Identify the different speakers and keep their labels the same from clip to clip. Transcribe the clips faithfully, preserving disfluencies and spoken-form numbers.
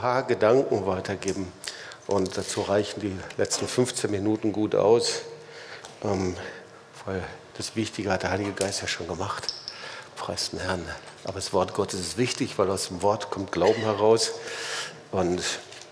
Speaker 1: paar Gedanken weitergeben. Und dazu reichen die letzten fünfzehn Minuten gut aus, ähm, weil das Wichtige hat der Heilige Geist ja schon gemacht. Preis den Herrn. Aber das Wort Gottes ist wichtig, weil aus dem Wort kommt Glauben heraus. Und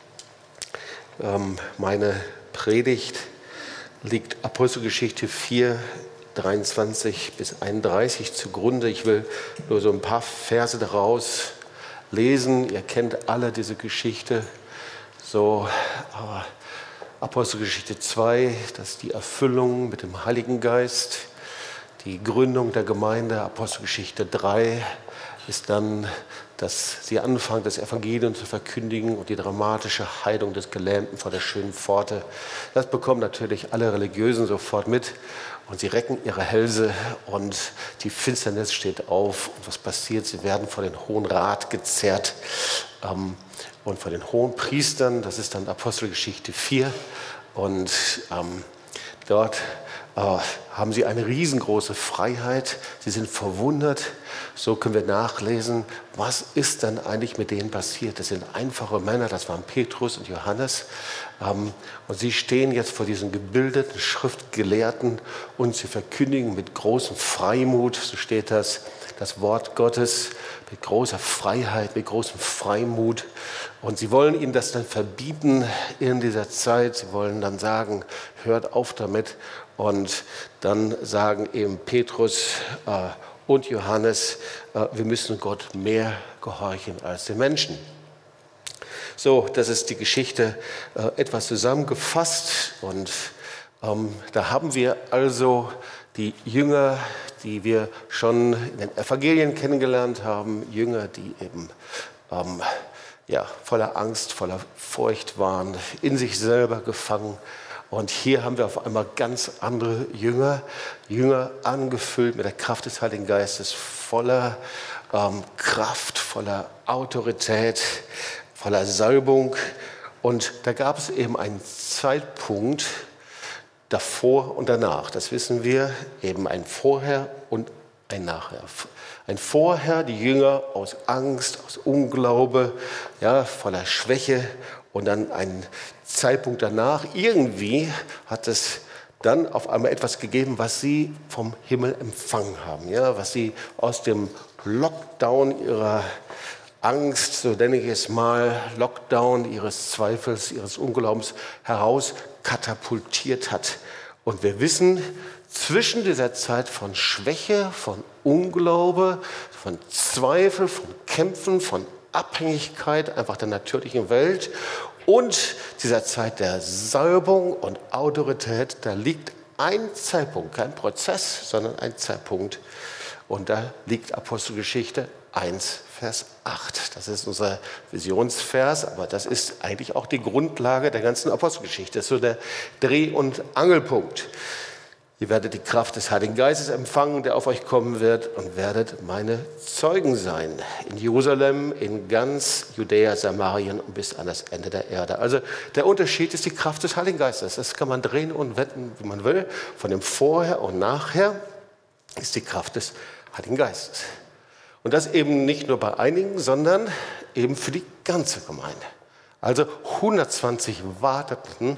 Speaker 1: ähm, meine Predigt liegt Apostelgeschichte vier, dreiundzwanzig bis einunddreißig zugrunde. Ich will nur so ein paar Verse daraus lesen. Ihr kennt alle diese Geschichte. So, aber Apostelgeschichte zwei, das ist die Erfüllung mit dem Heiligen Geist. Die Gründung der Gemeinde, Apostelgeschichte drei, ist dann, dass sie anfangen, das Evangelium zu verkündigen und die dramatische Heilung des Gelähmten vor der schönen Pforte. Das bekommen natürlich alle Religiösen sofort mit und sie recken ihre Hälse und die Finsternis steht auf. Und was passiert? Sie werden vor den Hohen Rat gezerrt ähm, und vor den Hohen Priestern. Das ist dann Apostelgeschichte vier und ähm, dort äh, haben sie eine riesengroße Freiheit. Sie sind verwundert. So können wir nachlesen, was ist denn eigentlich mit denen passiert. Das sind einfache Männer, das waren Petrus und Johannes. Ähm, und sie stehen jetzt vor diesen gebildeten Schriftgelehrten und sie verkündigen mit großem Freimut, so steht das, das Wort Gottes, mit großer Freiheit, mit großem Freimut. Und sie wollen ihnen das dann verbieten in dieser Zeit. Sie wollen dann sagen, hört auf damit. Und dann sagen eben Petrus äh, und Johannes, äh, wir müssen Gott mehr gehorchen als den Menschen. So, das ist die Geschichte äh, etwas zusammengefasst. Und ähm, da haben wir also die Jünger, die wir schon in den Evangelien kennengelernt haben, Jünger, die eben ähm, ja, voller Angst, voller Furcht waren, in sich selber gefangen. Und hier haben wir auf einmal ganz andere Jünger, Jünger angefüllt mit der Kraft des Heiligen Geistes, voller ähm, Kraft, voller Autorität, voller Salbung. Und da gab es eben einen Zeitpunkt davor und danach. Das wissen wir, eben ein Vorher und ein Nachher. Ein Vorher, die Jünger aus Angst, aus Unglaube, ja, voller Schwäche. Und dann ein Zeitpunkt danach, irgendwie hat es dann auf einmal etwas gegeben, was sie vom Himmel empfangen haben, ja, was sie aus dem Lockdown ihrer Angst, so nenne ich es mal, Lockdown ihres Zweifels, ihres Unglaubens heraus katapultiert hat. Und wir wissen, zwischen dieser Zeit von Schwäche, von Unglaube, von Zweifel, von Kämpfen, von Abhängigkeit einfach der natürlichen Welt und dieser Zeit der Salbung und Autorität, da liegt ein Zeitpunkt, kein Prozess, sondern ein Zeitpunkt. Und da liegt Apostelgeschichte eins, Vers acht. Das ist unser Visionsvers, aber das ist eigentlich auch die Grundlage der ganzen Apostelgeschichte. Das ist so der Dreh- und Angelpunkt. Ihr werdet die Kraft des Heiligen Geistes empfangen, der auf euch kommen wird, und werdet meine Zeugen sein. In Jerusalem, in ganz Judäa, Samarien und bis an das Ende der Erde. Also der Unterschied ist die Kraft des Heiligen Geistes. Das kann man drehen und wenden, wie man will. Von dem Vorher und Nachher ist die Kraft des Heiligen Geistes. Und das eben nicht nur bei einigen, sondern eben für die ganze Gemeinde. Also hundertzwanzig warteten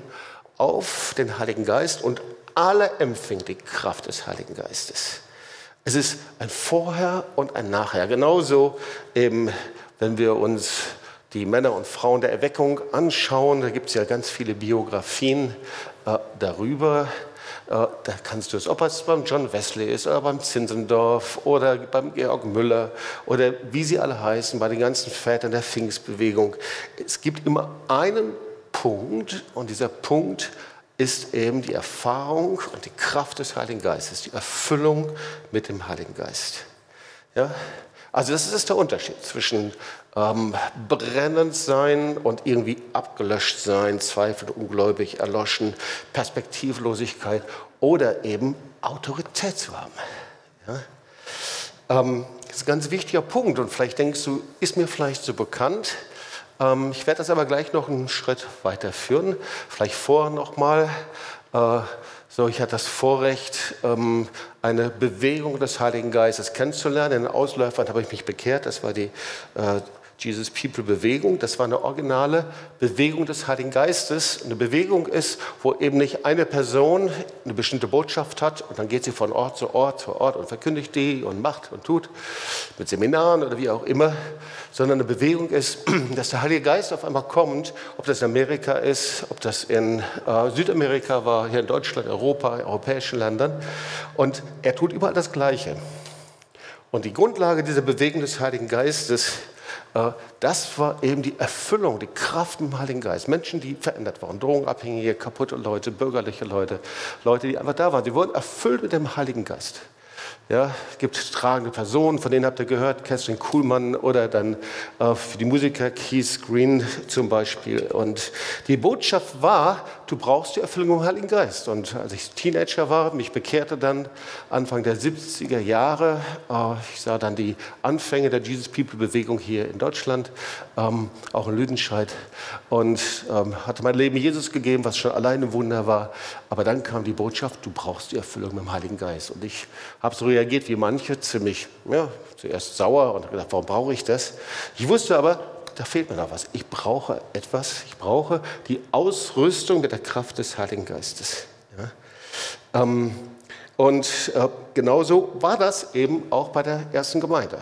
Speaker 1: auf den Heiligen Geist und alle empfingen die Kraft des Heiligen Geistes. Es ist ein Vorher und ein Nachher. Genauso eben, wenn wir uns die Männer und Frauen der Erweckung anschauen, da gibt es ja ganz viele Biografien äh, darüber. Äh, da kannst du es, ob es beim John Wesley ist oder beim Zinzendorf oder beim Georg Müller oder wie sie alle heißen, bei den ganzen Vätern der Pfingstbewegung. Es gibt immer einen Punkt und dieser Punkt ist eben die Erfahrung und die Kraft des Heiligen Geistes, die Erfüllung mit dem Heiligen Geist. Ja? Also das ist der Unterschied zwischen ähm, brennend sein und irgendwie abgelöscht sein, Zweifel, ungläubig, erloschen, Perspektivlosigkeit oder eben Autorität zu haben. Ja? Ähm, das ist ein ganz wichtiger Punkt und vielleicht denkst du, ist mir vielleicht so bekannt. Ich werde das aber gleich noch einen Schritt weiterführen. Vielleicht vorher noch mal. Äh, so, ich hatte das Vorrecht, ähm, eine Bewegung des Heiligen Geistes kennenzulernen. In den Ausläufern habe ich mich bekehrt. Das war die äh, Jesus People Bewegung. Das war eine originale Bewegung des Heiligen Geistes. Eine Bewegung ist, wo eben nicht eine Person eine bestimmte Botschaft hat und dann geht sie von Ort zu Ort zu Ort und verkündigt die und macht und tut mit Seminaren oder wie auch immer, sondern eine Bewegung ist, dass der Heilige Geist auf einmal kommt, ob das in Amerika ist, ob das in äh, Südamerika war, hier in Deutschland, Europa, europäischen Ländern, und er tut überall das Gleiche. Und die Grundlage dieser Bewegung des Heiligen Geistes, das war eben die Erfüllung, die Kraft im Heiligen Geist. Menschen, die verändert waren, drogenabhängige, kaputte Leute, bürgerliche Leute, Leute, die einfach da waren. Sie wurden erfüllt mit dem Heiligen Geist. Ja, es gibt tragende Personen, von denen habt ihr gehört, Catherine Kuhlmann oder dann äh, für die Musiker Keith Green zum Beispiel. Und die Botschaft war, du brauchst die Erfüllung im Heiligen Geist. Und als ich Teenager war, mich bekehrte dann Anfang der siebziger Jahre, äh, ich sah dann die Anfänge der Jesus People Bewegung hier in Deutschland, ähm, auch in Lüdenscheid, und ähm, hatte mein Leben Jesus gegeben, was schon alleine ein Wunder war. Aber dann kam die Botschaft, du brauchst die Erfüllung mit dem Heiligen Geist. Und ich habe so reagiert wie manche, ziemlich, ja, zuerst sauer und habe gedacht, warum brauche ich das? Ich wusste aber, da fehlt mir noch was. Ich brauche etwas, ich brauche die Ausrüstung mit der Kraft des Heiligen Geistes. Ja? Ähm, und äh, genauso war das eben auch bei der ersten Gemeinde.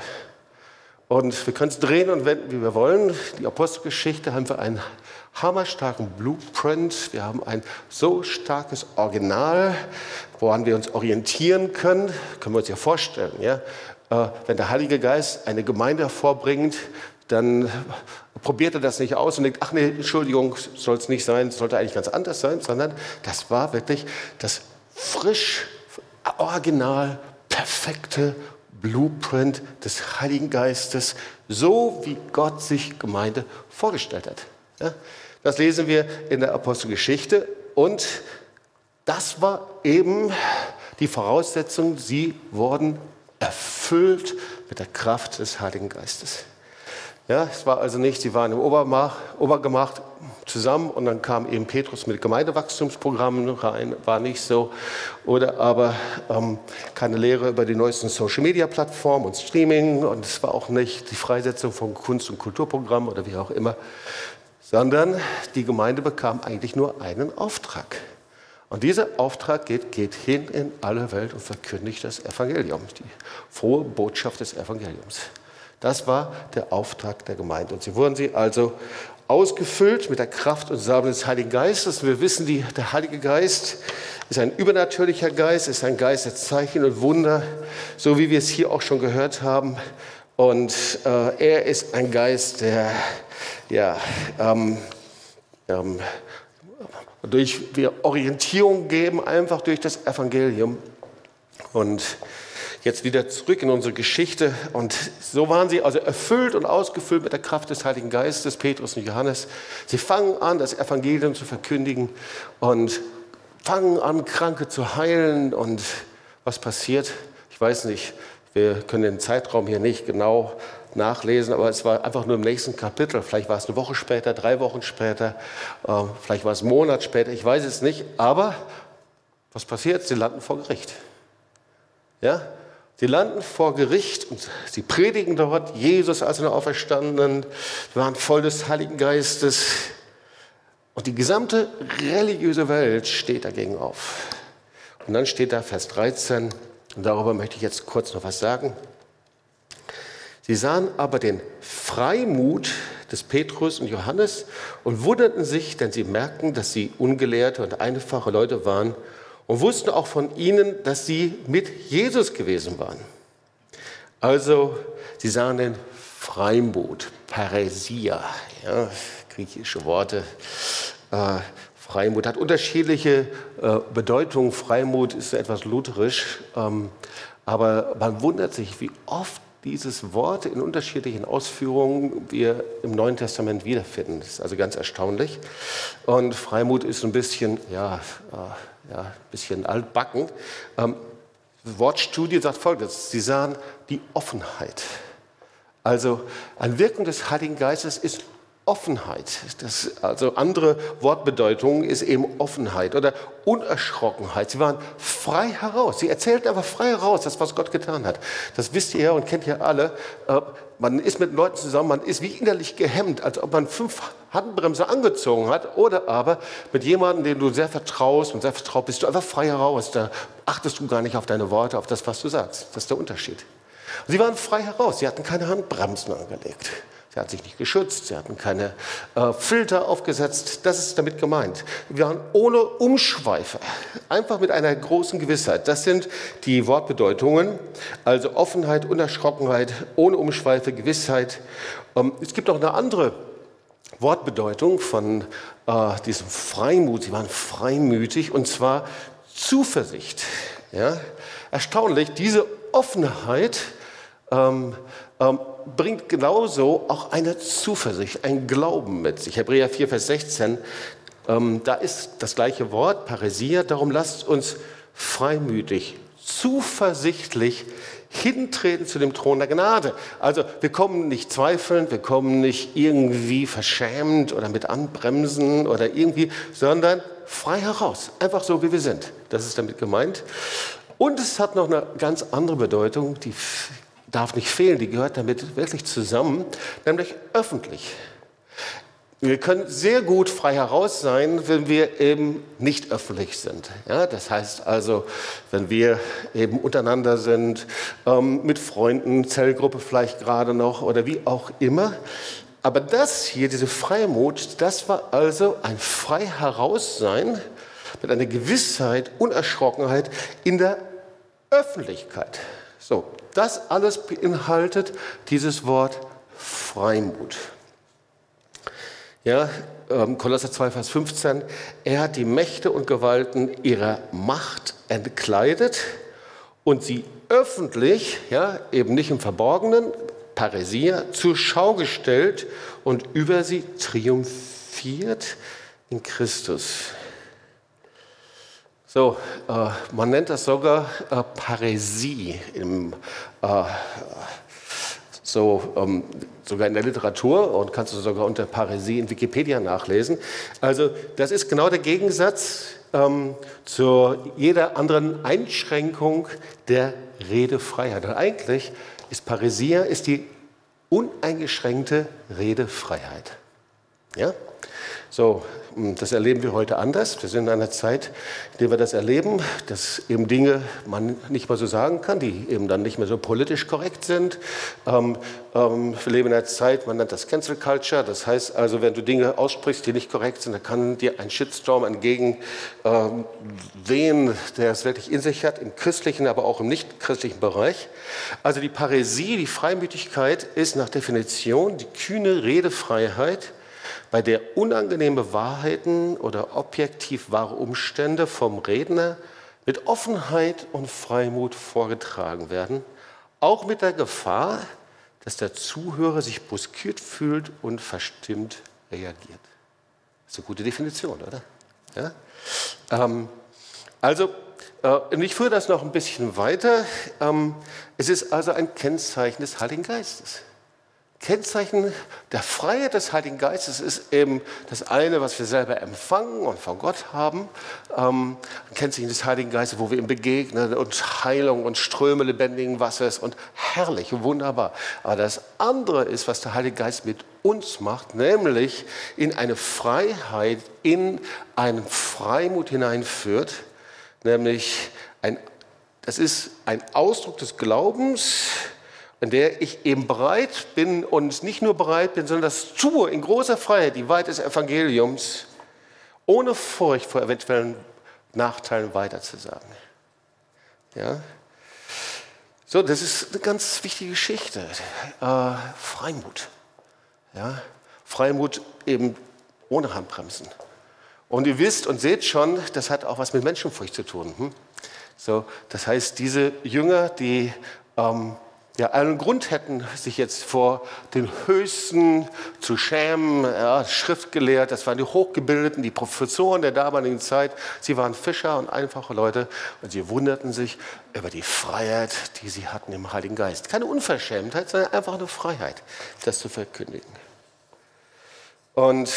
Speaker 1: Und wir können es drehen und wenden, wie wir wollen. Die Apostelgeschichte haben wir einen hammerstarken Blueprint. Wir haben ein so starkes Original, woran wir uns orientieren können. Können wir uns ja vorstellen. Ja? Äh, wenn der Heilige Geist eine Gemeinde hervorbringt, dann probiert er das nicht aus und denkt, ach nee, Entschuldigung, soll es nicht sein, sollte eigentlich ganz anders sein, sondern das war wirklich das frisch, original, perfekte Blueprint des Heiligen Geistes, so wie Gott sich Gemeinde vorgestellt hat. Ja, das lesen wir in der Apostelgeschichte und das war eben die Voraussetzung, sie wurden erfüllt mit der Kraft des Heiligen Geistes. Ja, es war also nicht, sie waren im Obermach, Obergemach zusammen und dann kam eben Petrus mit Gemeindewachstumsprogrammen rein, war nicht so. Oder aber ähm, keine Lehre über die neuesten Social-Media-Plattformen und Streaming, und es war auch nicht die Freisetzung von Kunst- und Kulturprogrammen oder wie auch immer, sondern die Gemeinde bekam eigentlich nur einen Auftrag. Und dieser Auftrag geht, geht hin in alle Welt und verkündigt das Evangelium, die frohe Botschaft des Evangeliums. Das war der Auftrag der Gemeinde. Und sie wurden sie also ausgefüllt mit der Kraft und Salbung des Heiligen Geistes. Wir wissen, die, der Heilige Geist ist ein übernatürlicher Geist, ist ein Geist der Zeichen und Wunder, so wie wir es hier auch schon gehört haben. Und äh, er ist ein Geist, der ja, ähm, ähm, durch wir Orientierung geben, einfach durch das Evangelium. Und jetzt wieder zurück in unsere Geschichte. Und so waren sie also erfüllt und ausgefüllt mit der Kraft des Heiligen Geistes, Petrus und Johannes. Sie fangen an, das Evangelium zu verkündigen und fangen an, Kranke zu heilen. Und was passiert? Ich weiß nicht, wir können den Zeitraum hier nicht genau nachlesen, aber es war einfach nur im nächsten Kapitel. Vielleicht war es eine Woche später, drei Wochen später, äh, vielleicht war es einen Monat später, ich weiß es nicht. Aber was passiert? Sie landen vor Gericht. Ja? Sie landen vor Gericht und sie predigen dort Jesus als den Auferstandenen, waren voll des Heiligen Geistes. Und die gesamte religiöse Welt steht dagegen auf. Und dann steht da Vers dreizehn, und darüber möchte ich jetzt kurz noch was sagen. Sie sahen aber den Freimut des Petrus und Johannes und wunderten sich, denn sie merkten, dass sie ungelehrte und einfache Leute waren, und wussten auch von ihnen, dass sie mit Jesus gewesen waren. Also, sie sahen den Freimut, Paräsia, ja, griechische Worte. Äh, Freimut hat unterschiedliche äh, Bedeutungen. Freimut ist etwas lutherisch, ähm, aber man wundert sich, wie oft dieses Wort in unterschiedlichen Ausführungen wir im Neuen Testament wiederfinden. Das ist also ganz erstaunlich. Und Freimut ist ein bisschen, ja, äh, ja, ein bisschen altbacken. Ähm, die Wortstudie sagt Folgendes: Sie sahen die Offenheit. Also eine Wirkung des Heiligen Geistes ist Offenheit. Das, also andere Wortbedeutungen ist eben Offenheit oder Unerschrockenheit. Sie waren frei heraus. Sie erzählten einfach frei heraus, das, was Gott getan hat. Das wisst ihr ja und kennt ihr alle. Man ist mit Leuten zusammen, man ist wie innerlich gehemmt, als ob man fünf Handbremse angezogen hat. Oder aber mit jemandem, dem du sehr vertraust und sehr vertraut bist, du einfach frei heraus. Da achtest du gar nicht auf deine Worte, auf das, was du sagst. Das ist der Unterschied. Und sie waren frei heraus. Sie hatten keine Handbremsen angelegt. Sie hatten sich nicht geschützt, sie hatten keine äh, Filter aufgesetzt. Das ist damit gemeint. Wir waren ohne Umschweife, einfach mit einer großen Gewissheit. Das sind die Wortbedeutungen, also Offenheit, Unerschrockenheit, ohne Umschweife, Gewissheit. Ähm, es gibt auch eine andere Wortbedeutung von äh, diesem Freimut. Sie waren freimütig und zwar Zuversicht. Ja? Erstaunlich, diese Offenheit ähm, ähm, bringt genauso auch eine Zuversicht, ein Glauben mit sich. Hebräer vier, Vers sechzehn, ähm, da ist das gleiche Wort, Paresia, darum lasst uns freimütig, zuversichtlich hintreten zu dem Thron der Gnade. Also wir kommen nicht zweifelnd, wir kommen nicht irgendwie verschämt oder mit Anbremsen oder irgendwie, sondern frei heraus, einfach so, wie wir sind. Das ist damit gemeint. Und es hat noch eine ganz andere Bedeutung, die darf nicht fehlen, die gehört damit wirklich zusammen, nämlich öffentlich. Wir können sehr gut frei heraus sein, wenn wir eben nicht öffentlich sind. Ja, das heißt also, wenn wir eben untereinander sind, ähm, mit Freunden, Zellgruppe vielleicht gerade noch oder wie auch immer. Aber das hier, diese Freimut, das war also ein frei heraussein mit einer Gewissheit, Unerschrockenheit in der Öffentlichkeit. So, das alles beinhaltet dieses Wort Freimut. Ja, ähm, Kolosser zwei, Vers fünfzehn, er hat die Mächte und Gewalten ihrer Macht entkleidet und sie öffentlich, ja, eben nicht im Verborgenen, Paresia, zur Schau gestellt und über sie triumphiert in Christus. So, äh, man nennt das sogar äh, Paresie, im, äh, so, ähm, sogar in der Literatur und kannst du sogar unter Paresie in Wikipedia nachlesen. Also das ist genau der Gegensatz ähm, zu jeder anderen Einschränkung der Redefreiheit. Und eigentlich ist Paresia ist die uneingeschränkte Redefreiheit. Ja? So, das erleben wir heute anders. Wir sind in einer Zeit, in der wir das erleben, dass eben Dinge man nicht mehr so sagen kann, die eben dann nicht mehr so politisch korrekt sind. Ähm, ähm, wir leben in einer Zeit, man nennt das Cancel Culture. Das heißt also, wenn du Dinge aussprichst, die nicht korrekt sind, dann kann dir ein Shitstorm entgegen ähm, wehen, der es wirklich in sich hat, im christlichen, aber auch im nicht-christlichen Bereich. Also die Paresie, die Freimütigkeit ist nach Definition die kühne Redefreiheit, bei der unangenehme Wahrheiten oder objektiv wahre Umstände vom Redner mit Offenheit und Freimut vorgetragen werden, auch mit der Gefahr, dass der Zuhörer sich brüskiert fühlt und verstimmt reagiert. Das ist eine gute Definition, oder? Ja? Ähm, also, äh, und ich führe das noch ein bisschen weiter. Ähm, es ist also ein Kennzeichen des Heiligen Geistes. Kennzeichen der Freiheit des Heiligen Geistes ist eben das eine, was wir selber empfangen und von Gott haben. Ähm, ein Kennzeichen des Heiligen Geistes, wo wir ihm begegnen und Heilung und Ströme lebendigen Wassers und herrlich und wunderbar. Aber das andere ist, was der Heilige Geist mit uns macht, nämlich in eine Freiheit, in einen Freimut hineinführt, nämlich ein, das ist ein Ausdruck des Glaubens, in der ich eben bereit bin und nicht nur bereit bin, sondern das tue in großer Freiheit, die Wahrheit des Evangeliums, ohne Furcht vor eventuellen Nachteilen weiterzusagen. Ja? So, das ist eine ganz wichtige Geschichte. Äh, Freimut. Ja? Freimut eben ohne Handbremsen. Und ihr wisst und seht schon, das hat auch was mit Menschenfurcht zu tun. Hm? So, das heißt, diese Jünger, die ähm, ja, allen Grund hätten, sich jetzt vor den Höchsten zu schämen, ja, Schriftgelehrt, das waren die Hochgebildeten, die Professoren der damaligen Zeit. Sie waren Fischer und einfache Leute und sie wunderten sich über die Freiheit, die sie hatten im Heiligen Geist. Keine Unverschämtheit, sondern einfach eine Freiheit, das zu verkündigen. Und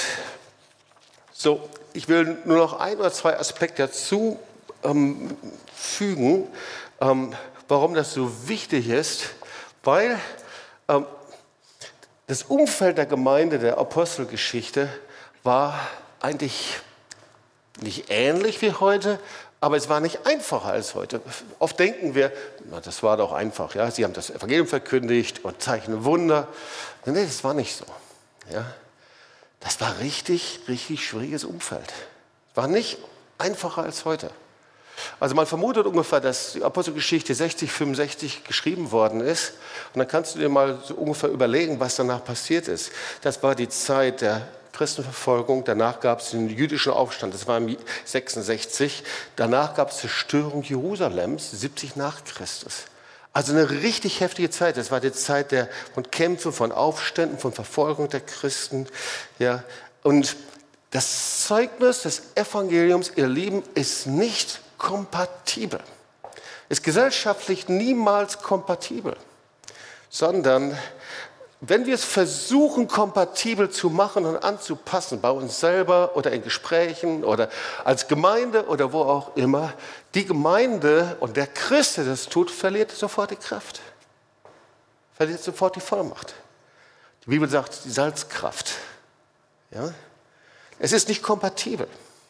Speaker 1: so, ich will nur noch ein oder zwei Aspekte dazu ähm, fügen, ähm, warum das so wichtig ist, weil ähm, das Umfeld der Gemeinde, der Apostelgeschichte, war eigentlich nicht ähnlich wie heute, aber es war nicht einfacher als heute. Oft denken wir, na, das war doch einfach, ja, sie haben das Evangelium verkündigt und Zeichen Wunder. Nee, das war nicht so. Ja. Das war richtig, richtig schwieriges Umfeld. War nicht einfacher als heute. Also man vermutet ungefähr, dass die Apostelgeschichte sechzig, fünfundsechzig geschrieben worden ist. Und dann kannst du dir mal so ungefähr überlegen, was danach passiert ist. Das war die Zeit der Christenverfolgung. Danach gab es den jüdischen Aufstand. Das war im sechsundsechzig. Danach gab es Zerstörung Jerusalems, siebzig nach Christus. Also eine richtig heftige Zeit. Das war die Zeit der, von Kämpfen, von Aufständen, von Verfolgung der Christen. Ja. Und das Zeugnis des Evangeliums, ihr Lieben, ist nicht kompatibel. Ist gesellschaftlich niemals kompatibel. Sondern wenn wir es versuchen, kompatibel zu machen und anzupassen, bei uns selber oder in Gesprächen oder als Gemeinde oder wo auch immer, die Gemeinde und der Christ, der das tut, verliert sofort die Kraft. Verliert sofort die Vollmacht. Die Bibel sagt, die Salzkraft. Ja? Es ist nicht kompatibel.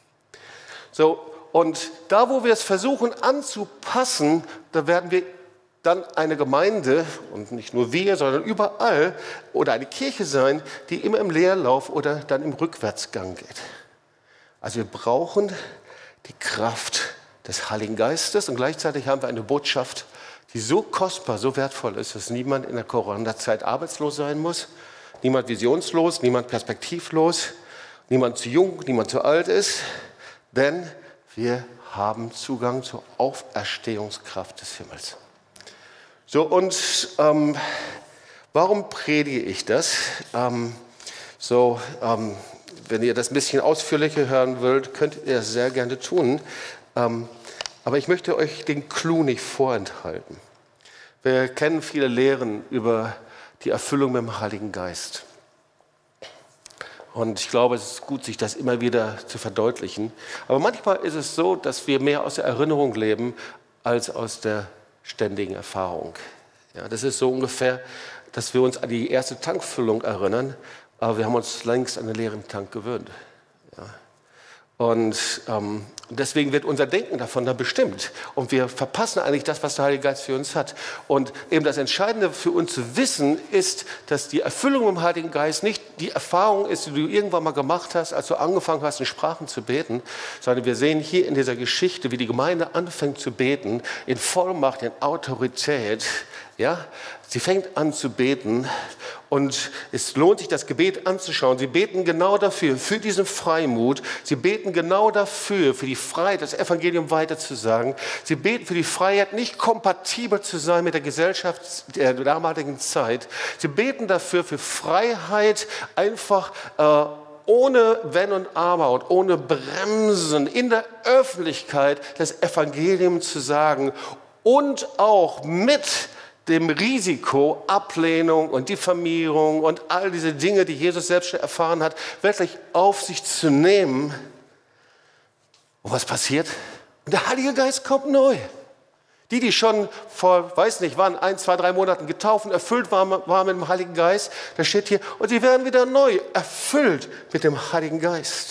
Speaker 1: So, und da, wo wir es versuchen anzupassen, da werden wir dann eine Gemeinde, und nicht nur wir, sondern überall, oder eine Kirche sein, die immer im Leerlauf oder dann im Rückwärtsgang geht. Also wir brauchen die Kraft des Heiligen Geistes und gleichzeitig haben wir eine Botschaft, die so kostbar, so wertvoll ist, dass niemand in der Corona-Zeit arbeitslos sein muss, niemand visionslos, niemand perspektivlos, niemand zu jung, niemand zu alt ist, denn wir haben Zugang zur Auferstehungskraft des Himmels. So, und ähm, warum predige ich das? Ähm, so, ähm, wenn ihr das ein bisschen ausführlicher hören wollt, könnt ihr das sehr gerne tun. Ähm, aber ich möchte euch den Clou nicht vorenthalten. Wir kennen viele Lehren über die Erfüllung mit dem Heiligen Geist. Und ich glaube, es ist gut, sich das immer wieder zu verdeutlichen. Aber manchmal ist es so, dass wir mehr aus der Erinnerung leben, als aus der ständigen Erfahrung. Ja, das ist so ungefähr, dass wir uns an die erste Tankfüllung erinnern, aber wir haben uns längst an den leeren Tank gewöhnt. Ja. Und ähm, deswegen wird unser Denken davon dann bestimmt. Und wir verpassen eigentlich das, was der Heilige Geist für uns hat. Und eben das Entscheidende für uns zu wissen ist, dass die Erfüllung im Heiligen Geist nicht die Erfahrung ist, die du irgendwann mal gemacht hast, als du angefangen hast, in Sprachen zu beten, sondern wir sehen hier in dieser Geschichte, wie die Gemeinde anfängt zu beten, in Vollmacht, in Autorität. Ja? Sie fängt an zu beten und es lohnt sich, das Gebet anzuschauen. Sie beten genau dafür, für diesen Freimut. Sie beten genau dafür, für die Freiheit, das Evangelium weiterzusagen. Sie beten für die Freiheit, nicht kompatibel zu sein mit der Gesellschaft der damaligen Zeit. Sie beten dafür, für Freiheit, einfach äh, ohne Wenn und Aber und ohne Bremsen in der Öffentlichkeit das Evangelium zu sagen und auch mit dem Risiko, Ablehnung und Diffamierung und all diese Dinge, die Jesus selbst schon erfahren hat, wirklich auf sich zu nehmen. Und was passiert? Und der Heilige Geist kommt neu. Die, die schon vor, weiß nicht wann, ein, zwei, drei Monaten getauft und erfüllt waren, waren mit dem Heiligen Geist, da steht hier, und sie werden wieder neu erfüllt mit dem Heiligen Geist.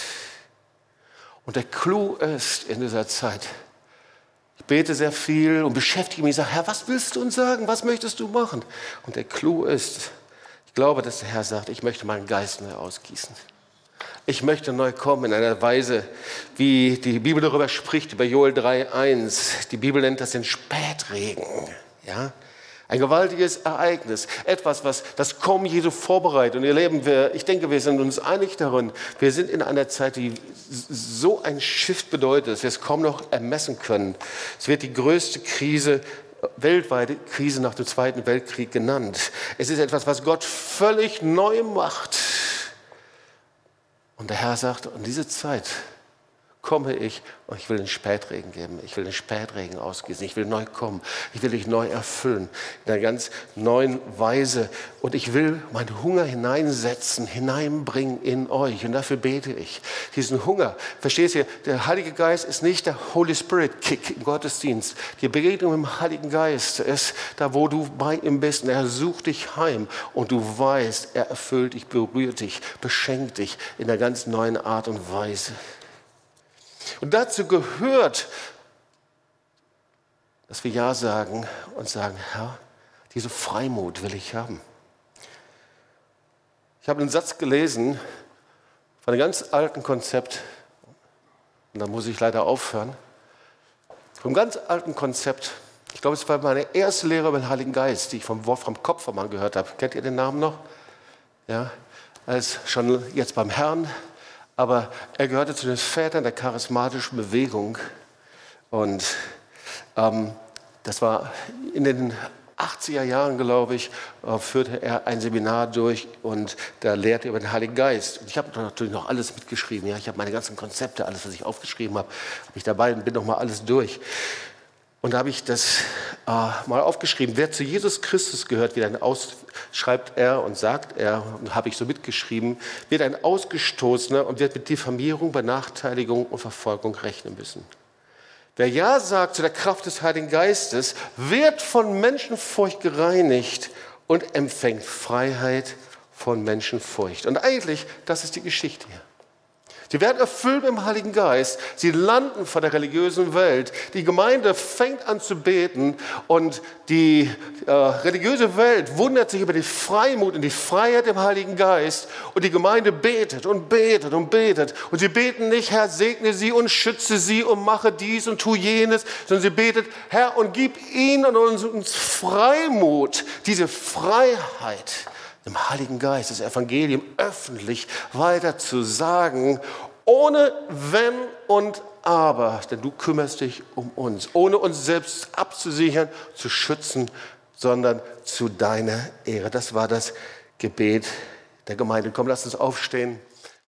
Speaker 1: Und der Clou ist in dieser Zeit, ich bete sehr viel und beschäftige mich, sage, Herr, was willst du uns sagen? Was möchtest du machen? Und der Clou ist, ich glaube, dass der Herr sagt, ich möchte meinen Geist neu ausgießen. Ich möchte neu kommen in einer Weise, wie die Bibel darüber spricht, über Joel drei eins. Die Bibel nennt das den Spätregen. Ja? Ein gewaltiges Ereignis, etwas, was das Kommen Jesu vorbereitet. Und ihr Leben, wir, ich denke, wir sind uns einig darin, wir sind in einer Zeit, die so ein Shift bedeutet, dass wir es kaum noch ermessen können. Es wird die größte Krise, weltweite Krise nach dem Zweiten Weltkrieg genannt. Es ist etwas, was Gott völlig neu macht. Und der Herr sagt, in diese Zeit komme ich und ich will den Spätregen geben. Ich will den Spätregen ausgießen. Ich will neu kommen. Ich will dich neu erfüllen. In einer ganz neuen Weise. Und ich will meinen Hunger hineinsetzen, hineinbringen in euch. Und dafür bete ich. Diesen Hunger. Verstehst du? Der Heilige Geist ist nicht der Holy Spirit Kick im Gottesdienst. Die Begegnung mit dem Heiligen Geist ist da, wo du bei ihm bist. Und er sucht dich heim. Und du weißt, er erfüllt dich, berührt dich, beschenkt dich in einer ganz neuen Art und Weise. Und dazu gehört, dass wir Ja sagen und sagen, Herr, diese Freimut will ich haben. Ich habe einen Satz gelesen von einem ganz alten Konzept, und da muss ich leider aufhören, vom ganz alten Konzept. Ich glaube, es war meine erste Lehre über den Heiligen Geist, die ich vom Wolfram Kopfermann gehört habe. Kennt ihr den Namen noch? Ja, er ist schon jetzt beim Herrn. Aber er gehörte zu den Vätern der charismatischen Bewegung. Und ähm, das war in den achtziger Jahren, glaube ich, äh, führte er ein Seminar durch und da lehrte er über den Heiligen Geist. Und ich habe natürlich noch alles mitgeschrieben. Ja? Ich habe meine ganzen Konzepte, alles, was ich aufgeschrieben habe, habe ich dabei und bin noch mal alles durch. Und da habe ich das äh, mal aufgeschrieben. Wer zu Jesus Christus gehört, wird ein Aus, schreibt er und sagt er, und habe ich so mitgeschrieben, wird ein Ausgestoßener und wird mit Diffamierung, Benachteiligung und Verfolgung rechnen müssen. Wer Ja sagt zu der Kraft des Heiligen Geistes, wird von Menschenfurcht gereinigt und empfängt Freiheit von Menschenfurcht. Und eigentlich, das ist die Geschichte hier. Sie werden erfüllt mit dem Heiligen Geist. Sie landen vor der religiösen Welt. Die Gemeinde fängt an zu beten und die äh, religiöse Welt wundert sich über die Freimut und die Freiheit im Heiligen Geist. Und die Gemeinde betet und betet und betet. Und sie beten nicht, Herr, segne sie und schütze sie und mache dies und tu jenes, sondern sie betet, Herr, und gib ihnen und uns, uns Freimut, diese Freiheit, dem Heiligen Geist, das Evangelium öffentlich weiter zu sagen, ohne Wenn und Aber, denn du kümmerst dich um uns, ohne uns selbst abzusichern, zu schützen, sondern zu deiner Ehre. Das war das Gebet der Gemeinde. Komm, lass uns aufstehen.